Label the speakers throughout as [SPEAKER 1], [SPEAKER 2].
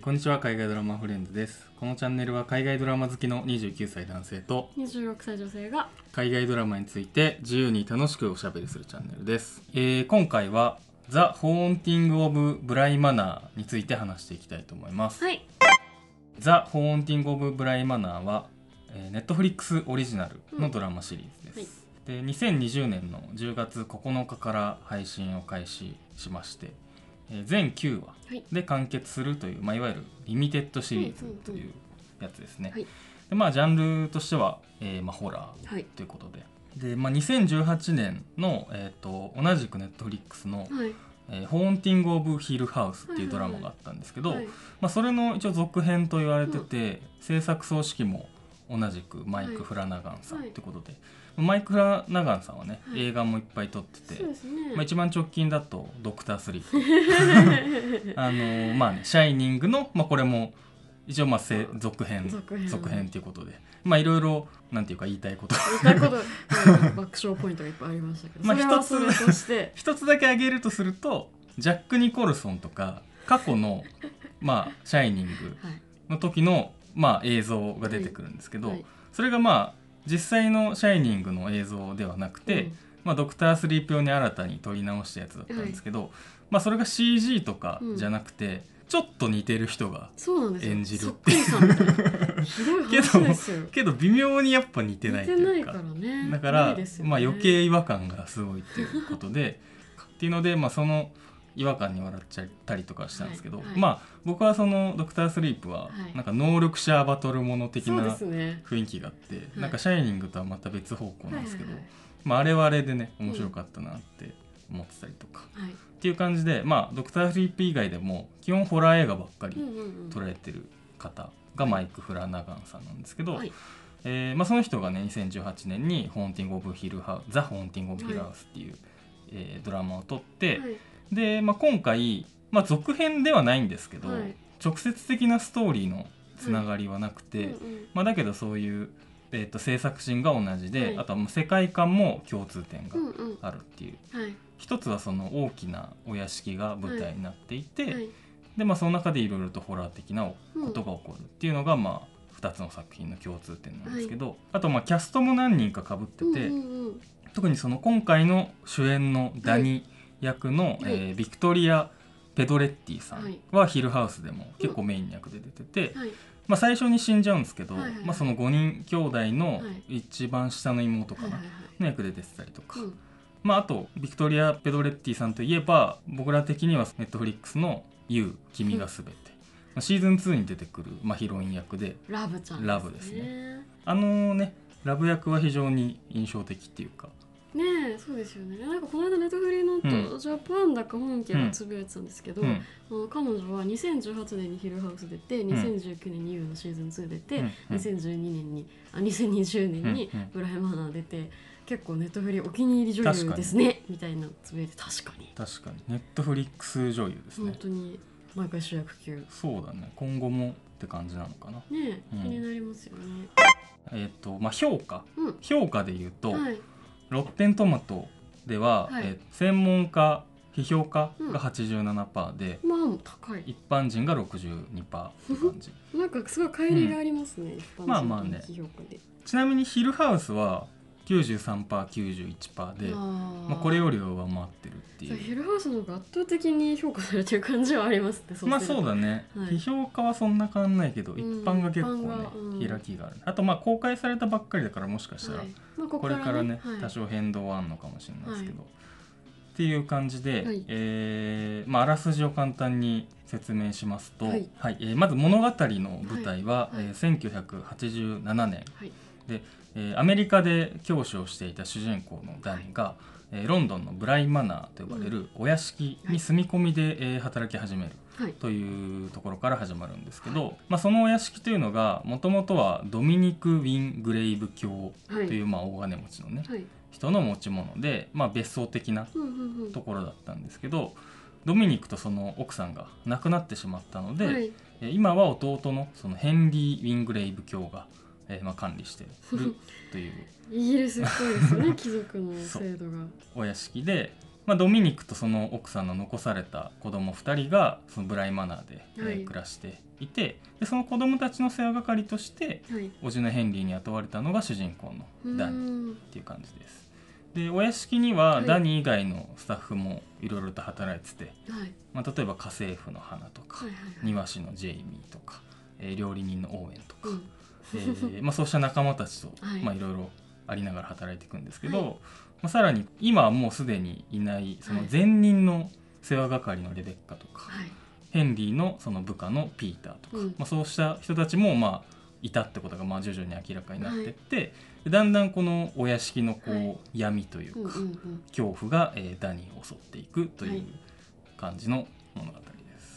[SPEAKER 1] こんにちは、海外ドラマフレンズです。このチャンネルは海外ドラマ好きの29歳男性と
[SPEAKER 2] 26歳女性が
[SPEAKER 1] 海外ドラマについて自由に楽しくおしゃべりするチャンネルです。今回はザ・ホーンティング・オブ・ブライ・マナーについて話していきたいと思います。
[SPEAKER 2] はい。
[SPEAKER 1] ザ・ホーンティング・オブ・ブライ・マナーは、ネットフリックスオリジナルのドラマシリーズです。で2020年の10月9日から配信を開始しまして、全9話で完結するという、いわゆるリミテッドシリーズというやつですね。でジャンルとしては、ホラーということで、2018年の、同じくネットフリックスの、ホーンティング・オブ・ヒルハウスっていうドラマがあったんですけど、それの一応続編と言われてて、制作総指揮も同じくマイク・フラナガンさんということで、マイク・フラナガンさんはね、映画もいっぱい撮ってて、一番直近だとドクタースリープシャイニングの、これも一応続編ということで、いろいろなんていうか言いたいこと
[SPEAKER 2] 爆笑ポイントがいっぱいありましたけど、それとして
[SPEAKER 1] 一つだけ挙げるとすると、ジャック・ニコルソンとか過去のシャイニングの時の映像が出てくるんですけど、それが実際のシャイニングの映像ではなくて、ドクタースリープ用に新たに撮り直したやつだったんですけど、それが CG とかじゃなくて、ちょっと似てる人が演じるっていうけど微妙にやっぱ似てないというか、だから余計違和感がすごいっていうことでっていうので、その違和感に笑っちゃったりとかしたんですけど、僕はそのドクタースリープはなんか能力者バトルもの的な雰囲気があって、なんかシャイニングとはまた別方向なんですけど、あれはあれでね面白かったなって思ってたりとか、っていう感じで、ドクタースリープ以外でも基本ホラー映画ばっかり撮られてる方がマイク・フラナガンさんなんですけど、その人がね2018年にホーンティング・オブ・ヒルハウス、ザ・ホーンティング・オブ・ヒルハウスっていう、ドラマを撮って、で、今回、続編ではないんですけど、直接的なストーリーのつながりはなくて、だけどそういう、制作陣が同じで、あとは世界観も共通点があるっていう、一つはその大きなお屋敷が舞台になっていて、でその中でいろいろとホラー的なことが起こるっていうのが2つの作品の共通点なんですけど、あとキャストも何人か被ってて、特にその今回の主演のダニ役の、ビクトリア・ペドレッティさんはヒルハウスでも結構メイン役で出てて、最初に死んじゃうんですけど、その5人兄弟の一番下の妹かなの役で出てたりとか、あとビクトリア・ペドレッティさんといえば僕ら的にはネットフリックスの「You 君がすべて」シーズン2に出てくる、ヒロイン役で
[SPEAKER 2] ラブちゃん
[SPEAKER 1] ラブですね。ラブ役は非常に印象的っていうか
[SPEAKER 2] ねえ、そうですよね。なんかこの間ネットフリのジャパンだか本家がつぶやいてたんですけど、彼女は2018年にヒルハウス出て、2019年に You のシーズン2出て、2020年にブライマナー出て、結構ネットフリお気に入り女優ですねみたいなつぶやいて、確かに
[SPEAKER 1] ネットフリックス女優ですね。
[SPEAKER 2] 本当に毎回主役級。
[SPEAKER 1] そうだね、今後もって感じなのかな。
[SPEAKER 2] ねえ、気になりますよね。
[SPEAKER 1] 評価で言うと、ロッテントマトでは、専門家批評家が 87% で、
[SPEAKER 2] 高い。
[SPEAKER 1] 一般人が 62% って感じ
[SPEAKER 2] なんかすごい乖離がありますね、一般人の批評家で。
[SPEAKER 1] ちなみにヒルハウスは 93%、91% で、これよりは上回ってるっていう。
[SPEAKER 2] ヒルハウスの方が圧倒的に評価されてる感じはありますね。
[SPEAKER 1] そうだね、批評家はそんな変わんないけど、一般が結構ね、開きがある。あとあ公開されたばっかりだから、もしかしたらこれからね、多少変動はあるのかもしれないですけど、っていう感じで、あらすじを簡単に説明しますと、まず物語の舞台は、1987年で、アメリカで教師をしていた主人公のダニが、ロンドンのブライマナーと呼ばれるお屋敷に住み込みで、働き始めるというところから始まるんですけど、そのお屋敷というのがもともとはドミニク・ウィングレイブ教という、大金持ちのね、人の持ち物で、別荘的なところだったんですけど、ドミニクとその奥さんが亡くなってしまったので、今は弟のそのヘンリー・ウィングレイブ教が管理してるという
[SPEAKER 2] イギリスっぽいですね貴族の制度が
[SPEAKER 1] お屋敷で、 まあ、ドミニクとその奥さんの残された子供2人がそのブライマナーで、暮らしていて、でその子供たちの世話係として、叔父のヘンリーに雇われたのが主人公のダニーっていう感じです。でお屋敷にはダニー以外のスタッフもいろいろと働いてて、まあ、例えば家政婦の花とか、庭師のジェイミーとか、料理人のオーエンとか、まあ、そうした仲間たちといろいろありながら働いていくんですけど、まあ、さらに今はもうすでにいないその前任の世話係のレベッカとか、ヘンリーのその部下のピーターとか、まあ、そうした人たちもまあいたってことがまあ徐々に明らかになっていって、だんだんこのお屋敷のこう闇というか恐怖がダニーを襲っていくという感じの物語です。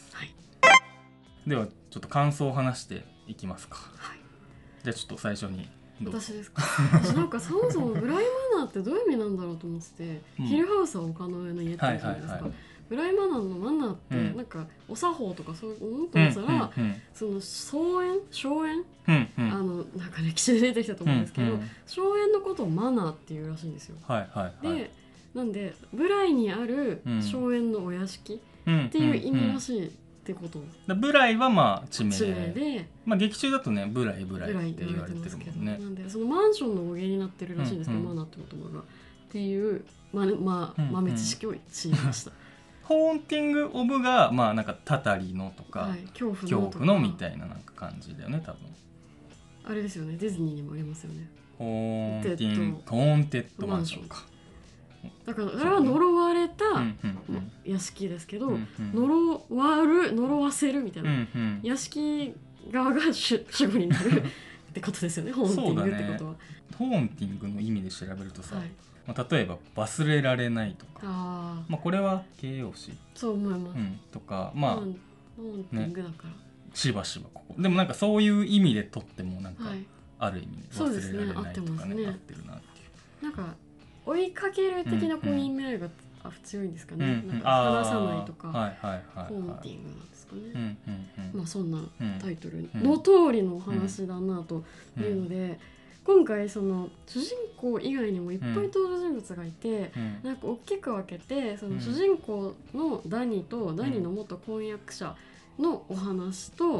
[SPEAKER 1] ではちょっと感想を話していきますか。じゃあちょっと最初に
[SPEAKER 2] 私ですか。私なんかそもそもブライマナーってどういう意味なんだろうと思ってて、ヒルハウスは丘の上の家って言うじゃないですか。ブライマナーのマナーってなんかお作法とかそういうのと思ったら、その荘園、なんか歴史で出てきたと思うんですけど、荘園のことをマナーっていうらしいんですよ。で、なんでブライにある荘園のお屋敷っていう意味らしいってこと。
[SPEAKER 1] ブライはまあ地名で、まあ劇中だとねブライって言われてるもんね。
[SPEAKER 2] なんでそのマンションの語源になってるらしいんですけど、マナーって言葉がっていう豆知識を知りました。
[SPEAKER 1] ホーンティング・オブがまあなんかたたりのとか、恐怖のみたいななんか感じだよね多分。
[SPEAKER 2] あれですよね、ディズニーにもありますよね。
[SPEAKER 1] ホーンテッドマンションか。
[SPEAKER 2] だからそれは呪われた屋敷ですけど、呪わせるみたいな、屋敷側が主語になるってことですよね。ホーンティングってことは。
[SPEAKER 1] ホーンティングの意味で調べるとさ、まあ、例えば忘れられないとか、まあ、これは形容詞
[SPEAKER 2] そう思います、
[SPEAKER 1] とかまあ
[SPEAKER 2] ホーンティングだから、
[SPEAKER 1] しばしばここでもなんかそういう意味でとってもなんか、ある意味で忘れられないとかね、合ってるなっていう。
[SPEAKER 2] なんか追いかける的なこう意味合いが強いんですかね。なんか離さないとか、ホーンティングなんですかね。まあそんなタイトルの通りの話だなというので、今回その主人公以外にもいっぱい登場人物がいて、なんか大きく分けてその主人公のダニとダニの元婚約者のお話と、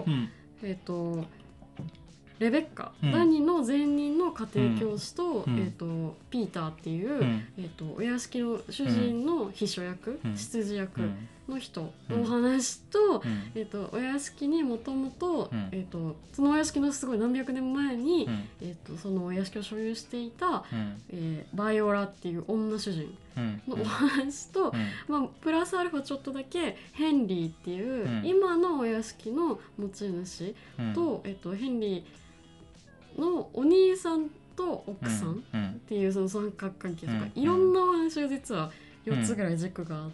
[SPEAKER 2] レベッカ、ダニの前任の家庭教師と、ピーターっていう、お屋敷の主人の秘書役、執事役の人のお話と、お屋敷にもともとそのお屋敷のすごい何百年前に、そのお屋敷を所有していた、バイオラっていう女主人のお話と、まあ、プラスアルファちょっとだけヘンリーっていう、今のお屋敷の持ち主と、ヘンリーのお兄さんと奥さんっていうその三角関係とか、いろんなお話が実は4つぐらい軸があって、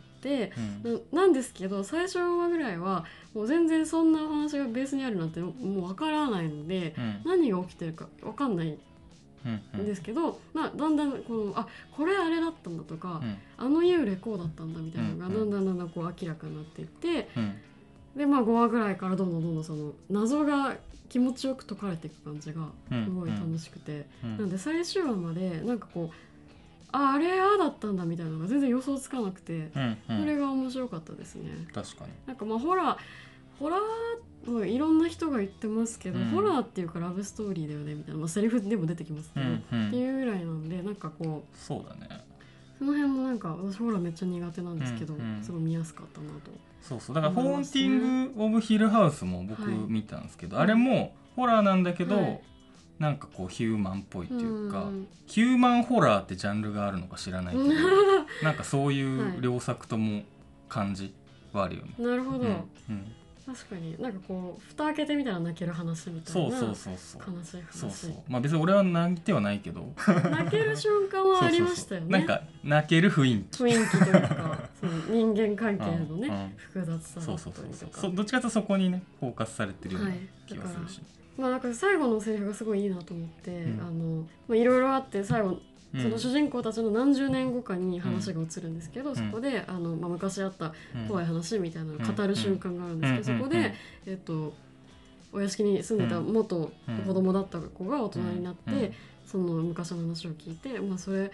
[SPEAKER 2] なんですけど最初話ぐらいはもう全然そんなお話がベースにあるなんてもうわからないので、何が起きてるかわかんないんですけど、だんだんこれあれだったんだとか、あの幽霊こうだったんだみたいなのがだんだんこう明らかになっていって、でまあ5話ぐらいからどんどんその謎が気持ちよく解かれていく感じがすごい楽しくて、なんで最終話までなんかこうあれだったんだみたいなのが全然予想つかなくて、それが面白かったですね。
[SPEAKER 1] 確かに
[SPEAKER 2] なんかまあホラーもいろんな人が言ってますけど、ホラーっていうかラブストーリーだよねみたいな、まあ、セリフでも出てきますけど、っていうぐらいなんで、なんかこう
[SPEAKER 1] そうだね、
[SPEAKER 2] その辺もなんか私ホラーめっちゃ苦手なんですけど、すごい見やすかったなと。
[SPEAKER 1] そうだからホーンティング・オブ・ヒルハウスも僕見たんですけど、あれもホラーなんだけど、なんかこうヒューマンっぽいっていうか、ヒューマンホラーってジャンルがあるのか知らないけどなんかそういう両作とも感じはあるよね。
[SPEAKER 2] なるほど、確かになんかこう蓋開けてみたら泣ける話みたいな、悲しい話。
[SPEAKER 1] まあ別に俺は泣いてはないけど
[SPEAKER 2] 泣ける瞬間はありましたよね。
[SPEAKER 1] なんか泣ける雰囲気
[SPEAKER 2] というかその人間関係のね、複雑さだったりとか、
[SPEAKER 1] どっちかというとそこにねフォーカスされてるような気がするし、
[SPEAKER 2] まあなんか最後のセリフがすごいいいなと思って、いろいろあって最後その主人公たちの何十年後かに話が移るんですけど、そこで昔あった怖い話みたいなのを語る瞬間があるんですけど、そこでお屋敷に住んでた元子供だった子が大人になって、その昔の話を聞いて、それ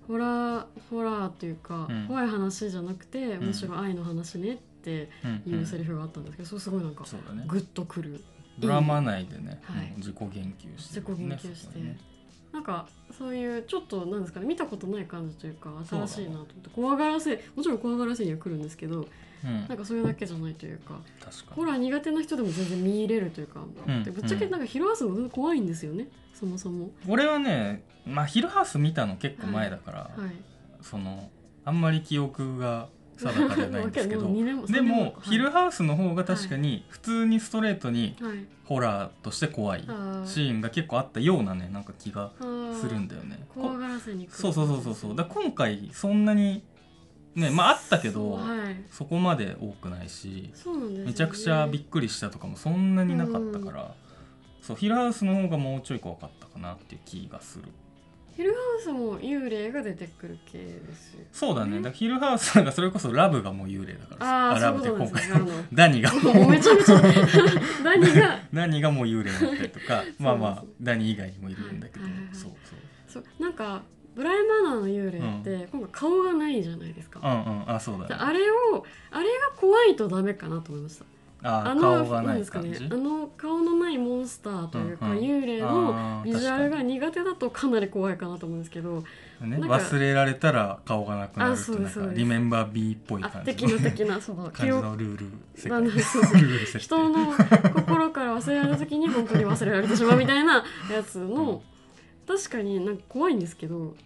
[SPEAKER 2] ホラーっていうか、怖い話じゃなくて、むしろ愛の話ねっていうセリフがあったんですけど、そうすごいなんかグッとくる。
[SPEAKER 1] ドラマ内でね、自己言及して、
[SPEAKER 2] 自己言及して、なんかそういうちょっとなんですかね、見たことない感じというか新しいなと思って、怖がらせ、もちろん怖がらせには来るんですけど、なんかそれだけじゃないというか、ホラー苦手な人でも全然見入れるというか、ぶっちゃけなんかヒルハウスも怖いんですよね、そもそも。
[SPEAKER 1] 俺はね、ヒルハウス見たの結構前だから、あんまり記憶が定かでないんですけどでもヒルハウスの方が確かに普通にストレートにホラーとして怖いシーンが結構あったようなね、なんか気がするんだよね。
[SPEAKER 2] 怖がらせに来る。
[SPEAKER 1] そうだ今回そんなにね、あったけど そこまで多くないし、めちゃくちゃびっくりしたとかもそんなになかったから、そうヒルハウスの方がもうちょい怖かったかなっていう気がする。
[SPEAKER 2] ヒルハウスも幽霊が出てくる系ですよね。
[SPEAKER 1] そうだね。だからヒルハウスなんかそれこそラブがもう幽霊だからラブって今回ダニが
[SPEAKER 2] もうめちゃめちゃ
[SPEAKER 1] ダニがもう幽霊だったりとかダニ以外にもいるんだけど、
[SPEAKER 2] そうなんかブライマナーの幽霊って今回顔がないじゃないですか。
[SPEAKER 1] そうだね。
[SPEAKER 2] あれが怖いとダメかなと思いました。
[SPEAKER 1] 顔がない感じ、
[SPEAKER 2] 顔のないモンスターというか、幽霊のビジュアルが苦手だとかなり怖いかなと思うんですけど、
[SPEAKER 1] 忘れられたら顔がなくなるってなんかリメンバー B っぽい感じ
[SPEAKER 2] 的なその
[SPEAKER 1] 感じのルール世界
[SPEAKER 2] 人の心から忘れられた時に本当に忘れられてしまうみたいなやつの確かになんか怖いんですけど、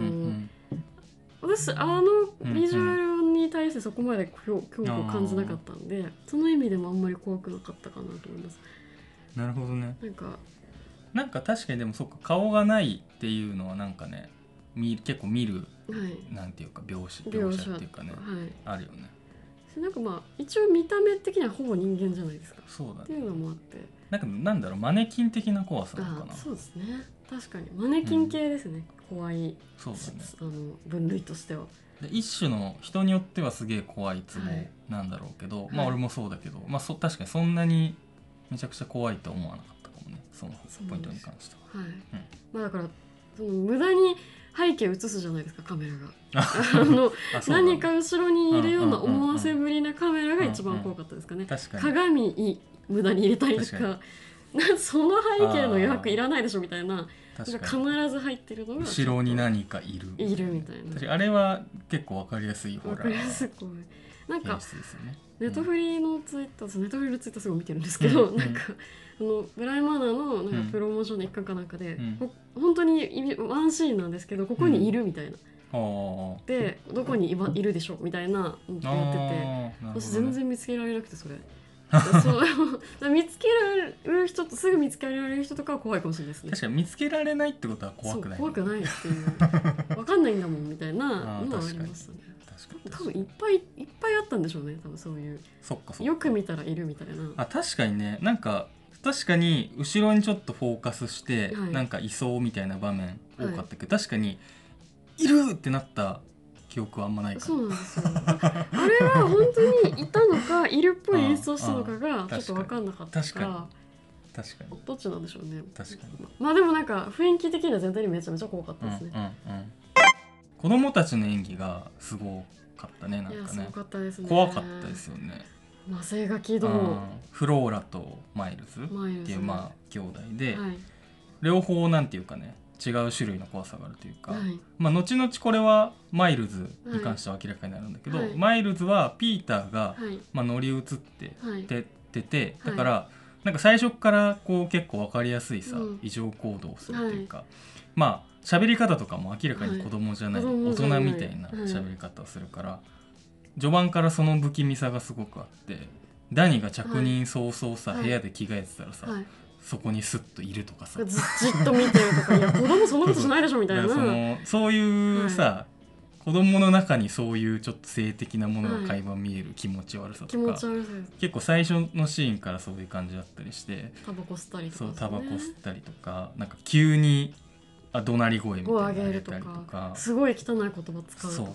[SPEAKER 2] 私ビジュアルに対してそこまで恐怖を感じなかったんで、その意味でもあんまり怖くなかったかなと思います。
[SPEAKER 1] なるほどね。
[SPEAKER 2] なんか
[SPEAKER 1] 確かにでもそっか、顔がないっていうのはなんかね結構見る、なんていうか描写っていうかね、あるよね。
[SPEAKER 2] なんか一応見た目的にはほぼ人間じゃないですか。
[SPEAKER 1] そうだね。
[SPEAKER 2] っていうのもあって
[SPEAKER 1] なんだろう、マネキン的な怖さなのかな。
[SPEAKER 2] そうですね、確かにマネキン系ですね、怖い。
[SPEAKER 1] そうだね。
[SPEAKER 2] 分類としては
[SPEAKER 1] 一種の人によってはすげえ怖いツボなんだろうけど、俺もそうだけど、確かにそんなにめちゃくちゃ怖いと思わなかったかもね、そのポイントに関しては。
[SPEAKER 2] だからその無駄に背景映すじゃないですか、カメラが何か後ろにいるような思わせぶりなカメラが一番怖かったですかね。鏡無駄に入れたりとかその背景の余白いらないでしょみたいな、必ず入ってるのが
[SPEAKER 1] 後ろに何かいる
[SPEAKER 2] みたいな。
[SPEAKER 1] あれは結構分かりやすいホラー演出
[SPEAKER 2] ですよね。ネットフリのツイッターすごい見てるんですけど、なんかブライマナーのなんかプロモーションの一環かなんかで、本当にワンシーンなんですけどここにいるみたいな、でどこにいるでしょみたいなやってて、私全然見つけられなくて、それ見つけられる人とすぐ見つけられる人とかは怖いかもしれないですね。
[SPEAKER 1] 確かに見つけられないってことは怖くない。
[SPEAKER 2] 怖くないっていう分かんないんだもんみたいなのはありましたね。多分いっぱいあったんでしょうね、多分そういう。よく見たらいるみたいな。
[SPEAKER 1] 確かにね、なんか確かに後ろにちょっとフォーカスして、なんかいそうみたいな場面多かったけど、確かにいるってなった記憶はあんまないから。
[SPEAKER 2] そうなんですよあれは本当にいたのかいるっぽい演出をしたのかがちょっと分かんなかったから、
[SPEAKER 1] 確かに
[SPEAKER 2] どっちなんでしょうね。
[SPEAKER 1] 確か
[SPEAKER 2] にでもなんか雰囲気的には全体にめちゃめちゃ怖かったですね。
[SPEAKER 1] 子供たちの演技がすごかったね。なんかね、
[SPEAKER 2] すごかったですね。
[SPEAKER 1] 怖かったですよね。
[SPEAKER 2] 声が起動、
[SPEAKER 1] フローラとマイルズっていう兄弟で、両方なんていうかね、違う種類の怖さがあるというか、後々これはマイルズに関しては明らかになるんだけど、マイルズはピーターが、乗り移ってて、だからなんか最初からこう結構分かりやすいさ、異常行動をするというか、喋り方とかも明らかに子供じゃない、大人みたいな喋り方をするから、序盤からその不気味さがすごくあって、ダニが着任早々さ、部屋で着替えてたらさ、そこにスッといるとかさ、
[SPEAKER 2] じっと見てるとか、いや子供そんなことしないでしょみたいな、
[SPEAKER 1] そういうさ、子供の中にそういうちょっと性的なものが垣間見える気持ち悪さとか、結構最初のシーンからそういう感じだったりして、
[SPEAKER 2] タバコ吸ったりとか、
[SPEAKER 1] そうタバコ吸ったりとか、なんか急に怒鳴り声みたいなのを上げたりとか、
[SPEAKER 2] すごい汚い言葉使うとか、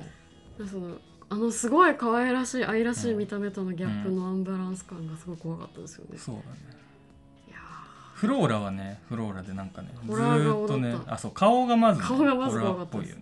[SPEAKER 2] すごい可愛らしい愛らしい見た目とのギャップのアンバランス感がすごい怖かったですよね。
[SPEAKER 1] そうだね。フローラはね、フローラでなんかね、ずーっとね、顔がまずホラーっぽいよね。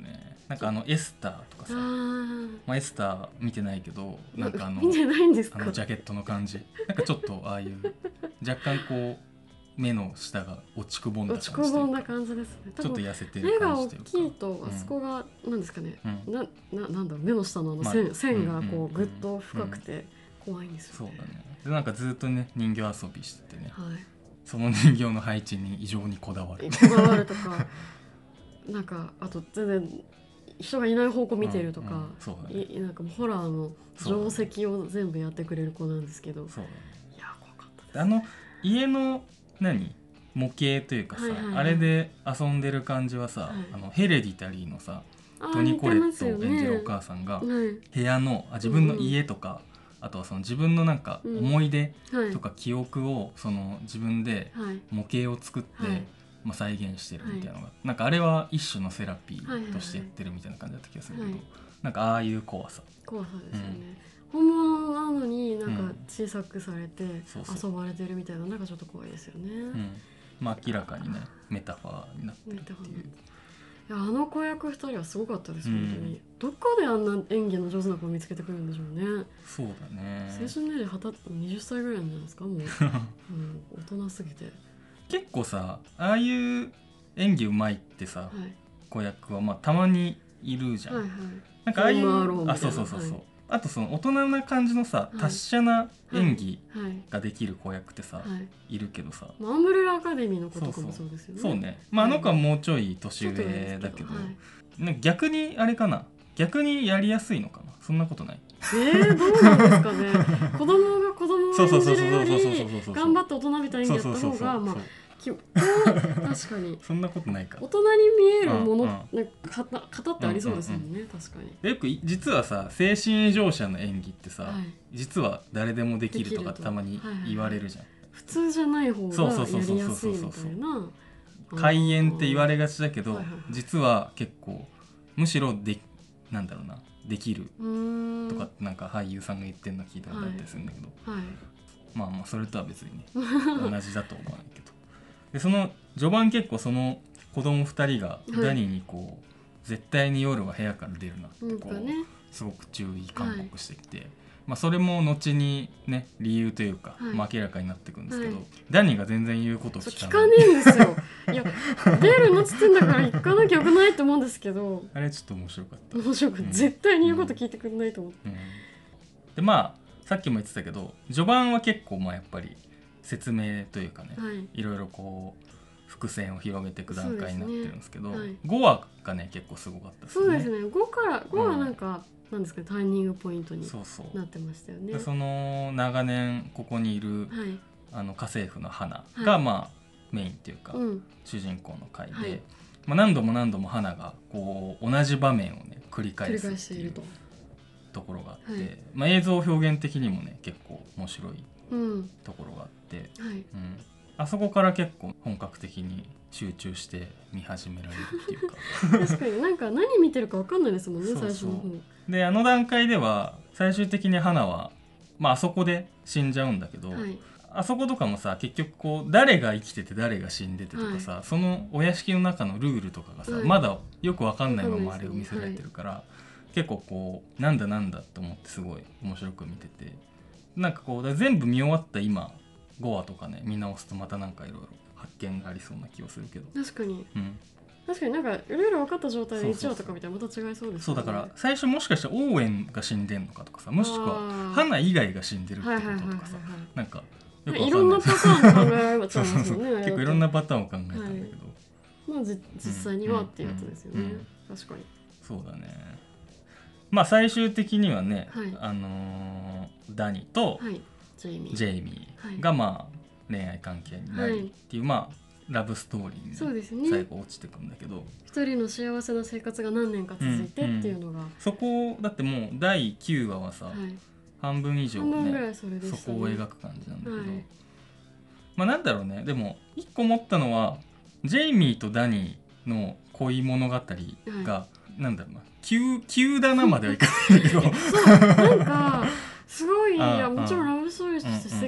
[SPEAKER 1] なんかエスターとかさ、まあ、エスター見てないけどなんか
[SPEAKER 2] 見てないんですか？
[SPEAKER 1] ジャケットの感じなんかちょっとああいう若干こう目の下が落ちくぼんだ感じというか、
[SPEAKER 2] 落ちくぼんだ感じですね。
[SPEAKER 1] ちょっと痩せてる感じというか、
[SPEAKER 2] 目が大きいとあそこがなんですかね、なんだろう、目の下の線がこうぐっと深くて怖いんですよね。
[SPEAKER 1] そうだね。でなんかずっとね人形遊びしててね、その人形の配置に異常にこだわる
[SPEAKER 2] とかなんかあと全然人がいない方向見てるとか、なんかもうホラーの定石を全部やってくれる子なんですけど、
[SPEAKER 1] そうだね、
[SPEAKER 2] いや怖かったです。
[SPEAKER 1] 家の模型というかさ、あれで遊んでる感じはさ、ヘレディタリーのさトニ・コレットを演じるお母さんが部屋の自分の家とか、あとはその自分のなんか思い出とか記憶をその自分で模型を作ってまあ再現してるみたいなのが、なんかあれは一種のセラピーとしてやってるみたいな感じだった気がするけど、なんかああいう怖さ
[SPEAKER 2] ですよね。本物なのになんか小さくされて遊ばれてるみたいな、なんかちょっと怖いですよね。
[SPEAKER 1] まあ明らかにねメタファーになってるっていう。
[SPEAKER 2] いや子役2人はすごかったです本当に。どこであんな演技の上手な子を見つけてくるんでしょうね。
[SPEAKER 1] そうだね。
[SPEAKER 2] 青春年齢20歳ぐらいなんじゃないですかもう、大人すぎて。
[SPEAKER 1] 結構さああいう演技うまいってさ、子役はまあたまにいるじゃん。なんかああいうそうあとその大人な感じのさ、達者な演技ができる子役ってさ、いるけどさ、
[SPEAKER 2] アンブレラアカデミーの子とかもそうですよね。
[SPEAKER 1] そうね。まああの子はもうちょい年上だけど、逆にあれかな、逆にやりやすいのかな、そんなことない？
[SPEAKER 2] どうなんですかね。子供が子供を演じるより頑張って大人びた演技やった方がまあ確かに
[SPEAKER 1] そんなことないか。
[SPEAKER 2] 大人に見えるもの、型ってありそうですもんね。確かに
[SPEAKER 1] よく実はさ精神異常者の演技ってさ、実は誰でもできるとかたまに言われるじゃん。
[SPEAKER 2] 普通じゃない方がやりやすいみたいな。
[SPEAKER 1] 怪演って言われがちだけど、実は結構むしろなんだろうな、できるとかなんか俳優さんが言ってるの聞いたことあったりするんだけど、まあまあそれとは別にね同じだと思わないけど。でその序盤結構その子供2人がダニーにこう、絶対に夜は部屋から出るなってこう、すごく注意勧告してきて、まあそれも後にね理由というか、まあ明らかになってくるんですけど、ダニーが全然言うことを聞かない。
[SPEAKER 2] 聞かねえんですよ。いや出るのっつってんだから行かなきゃよくないと思うんですけど、
[SPEAKER 1] あれちょっと面白かった。
[SPEAKER 2] 面白かった。絶対に言うこと聞いてくれないと思って。
[SPEAKER 1] でまあさっきも言ってたけど序盤は結構まあやっぱり説明というかね、いろいろこう伏線を広げていく段階になってるんですけど、5話がね結構すごかったですね。
[SPEAKER 2] そうですね。5はなんか、なんですかね、ターニングポイントになってましたよね。
[SPEAKER 1] その長年ここにいる、家政婦の花が、まあメインっていうか、主人公の回で、まあ、何度も花がこう同じ場面をね繰り返すっていうところがあって、まあ、映像表現的にもね結構面白いところがあって、あそこから結構本格的に集中して見始められるっていうか
[SPEAKER 2] 確かになんか何見てるか分かんないですもんね。最初の方
[SPEAKER 1] であの段階では最終的に花は、まあ、あそこで死んじゃうんだけど、あそことかもさ結局こう誰が生きてて誰が死んでてとかさ、そのお屋敷の中のルールとかがさ、まだよく分かんないままあれを見せられてるから、結構こうなんだって思ってすごい面白く見てて、なんかこう全部見終わった今5話とかね見直すとまたなんかいろいろ発見がありそうな気がするけど、
[SPEAKER 2] 確かに、確かになんかいろいろ分かった状態で1話とか見たらまた違いそうですよね。
[SPEAKER 1] そうだから最初もしかしたらオーエンが死んでんのかとかさ、もしくは花以外が死んでるってこととかさ、なんかよく
[SPEAKER 2] いろんなパターン考えられちゃいますよね。
[SPEAKER 1] 結構いろんなパターンを考えたんだけど、
[SPEAKER 2] まあ実際にはっていうやつですよね。確かに
[SPEAKER 1] そうだね。まあ最終的にはね、ダニとジェイミーがまあ恋愛関係になりっていう、まあラブストーリーに最後落ちてくんだけど、
[SPEAKER 2] 一人の幸せな生活が何年か続いてっていうのが、
[SPEAKER 1] そこだってもう第9話はさ、半分以上ねそこを描く感じなんだけど、まあなんだろうね。でも一個思ったのはジェイミーとダニーの恋物語が、なんだろうな、急だなまではいかないんだけど
[SPEAKER 2] そうなんかすごい、いやもちろんラブストーリーとして素敵なの分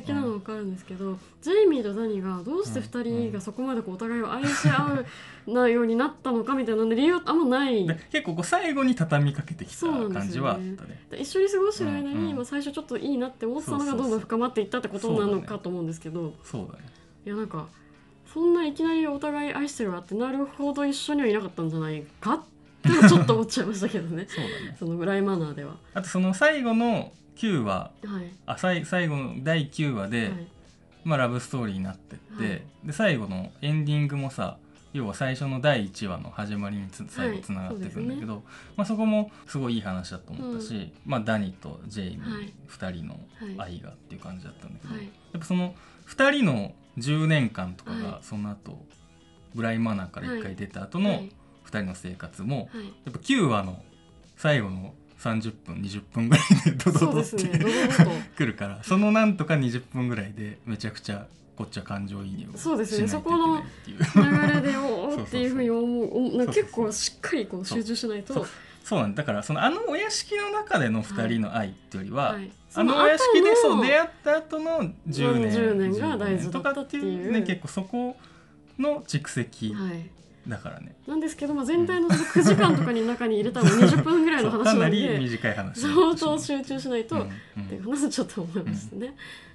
[SPEAKER 2] かるんですけど、ジェイミーとダニがどうして2人がそこまでこうお互いを愛し合うなようになったのかみたいな理由はあんまない。
[SPEAKER 1] 結構こう最後に畳みかけてきた感じはあったね。
[SPEAKER 2] 一緒に過ごしてる間に、最初ちょっといいなって思ってたのがどんどん深まっていったってことなのかと思うんですけど、
[SPEAKER 1] そうだね。
[SPEAKER 2] いやなんかそんないきなりお互い愛してるわってなるほど一緒にはいなかったんじゃないかってちょっと思っちゃいましたけどね。
[SPEAKER 1] そうだね。
[SPEAKER 2] そのぐらいマナーでは。
[SPEAKER 1] あとその最後の9話、最後の第9話で、ラブストーリーになってって、で最後のエンディングもさ、要は最初の第1話の始まりに最後つながっていくんだけど、そこもすごいいい話だと思ったし、ダニとジェイミー2人の愛がっていう感じだったんだけど、やっぱその2人の10年間とかがその後ブライマナーから1回出た後の2人の生活も、やっぱ9話の最後の30分20分ぐらいでドドドってくるから、そのなんとか20分ぐらいでめちゃくちゃこっちは感情移入をしないといけないっていう。
[SPEAKER 2] そこの流れでおーっていうふうに思う、なんか結構しっかりこう集中しないと。
[SPEAKER 1] そうなんだから、そのお屋敷の中での2人の愛っていうよりは、お屋敷でそう出会った後の10年
[SPEAKER 2] が大事だった
[SPEAKER 1] っていうね、結構そこの蓄積だからね。
[SPEAKER 2] なんですけど、全体の9時間とかに中に入れたら20分ぐらいの話なので、かな
[SPEAKER 1] り短い話、
[SPEAKER 2] 相当集中しないとっていう話ちょっと思いましたね。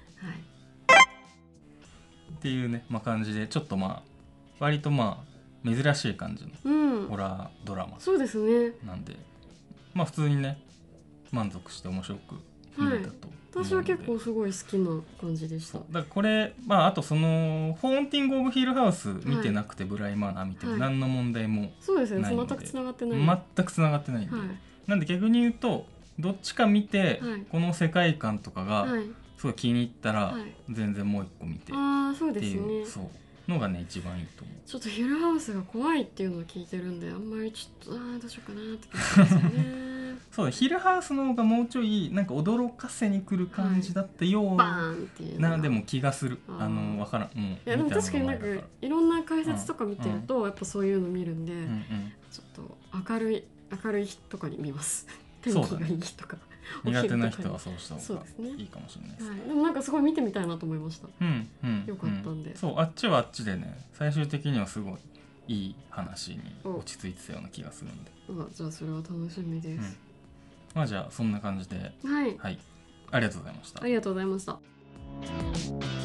[SPEAKER 1] っていうね、感じでちょっと割と珍しい感じのホラードラマ
[SPEAKER 2] そうですね。
[SPEAKER 1] なんで、普通にね満足して面白く見れたと。
[SPEAKER 2] 私は結構すごい好きな感じでした。
[SPEAKER 1] だからこれあとその「ホーンティング・オブ・ヒルハウス」見てなくてブライマナー見ても何の問題もないので、
[SPEAKER 2] そうですね、全くつながってない、
[SPEAKER 1] 全くつながってないんで、なんで逆に言うとどっちか見て、この世界観とかがすごい気に入ったら、全然もう一個見てっていう、そうのがね一番いいと思う。
[SPEAKER 2] ちょっとヒルハウスが怖いっていうのを聞いてるんで、あんまりちょっとどうしようかなって感じですよね。
[SPEAKER 1] そうだ、ヒルハウスの方がもうちょいなんか驚かせに来る感じだったような、でも気がする。わからん。い
[SPEAKER 2] やでも確かになんかいろんな解説とか見てると、やっぱそういうの見るんで、ちょっと明るい日とかに見ます。天気がいい日とか。
[SPEAKER 1] 苦手な人はそうした方がいいかもしれないです。
[SPEAKER 2] でもなんかすごい見てみたいなと思いました。よかったんで。
[SPEAKER 1] そう、あっちはあっちでね、最終的にはすごいいい話に落ち着いてたような気がするんで。
[SPEAKER 2] じゃあそれは楽しみです。
[SPEAKER 1] じゃあそんな感じで、
[SPEAKER 2] はい、
[SPEAKER 1] ありがとうございました。
[SPEAKER 2] ありがとうございました。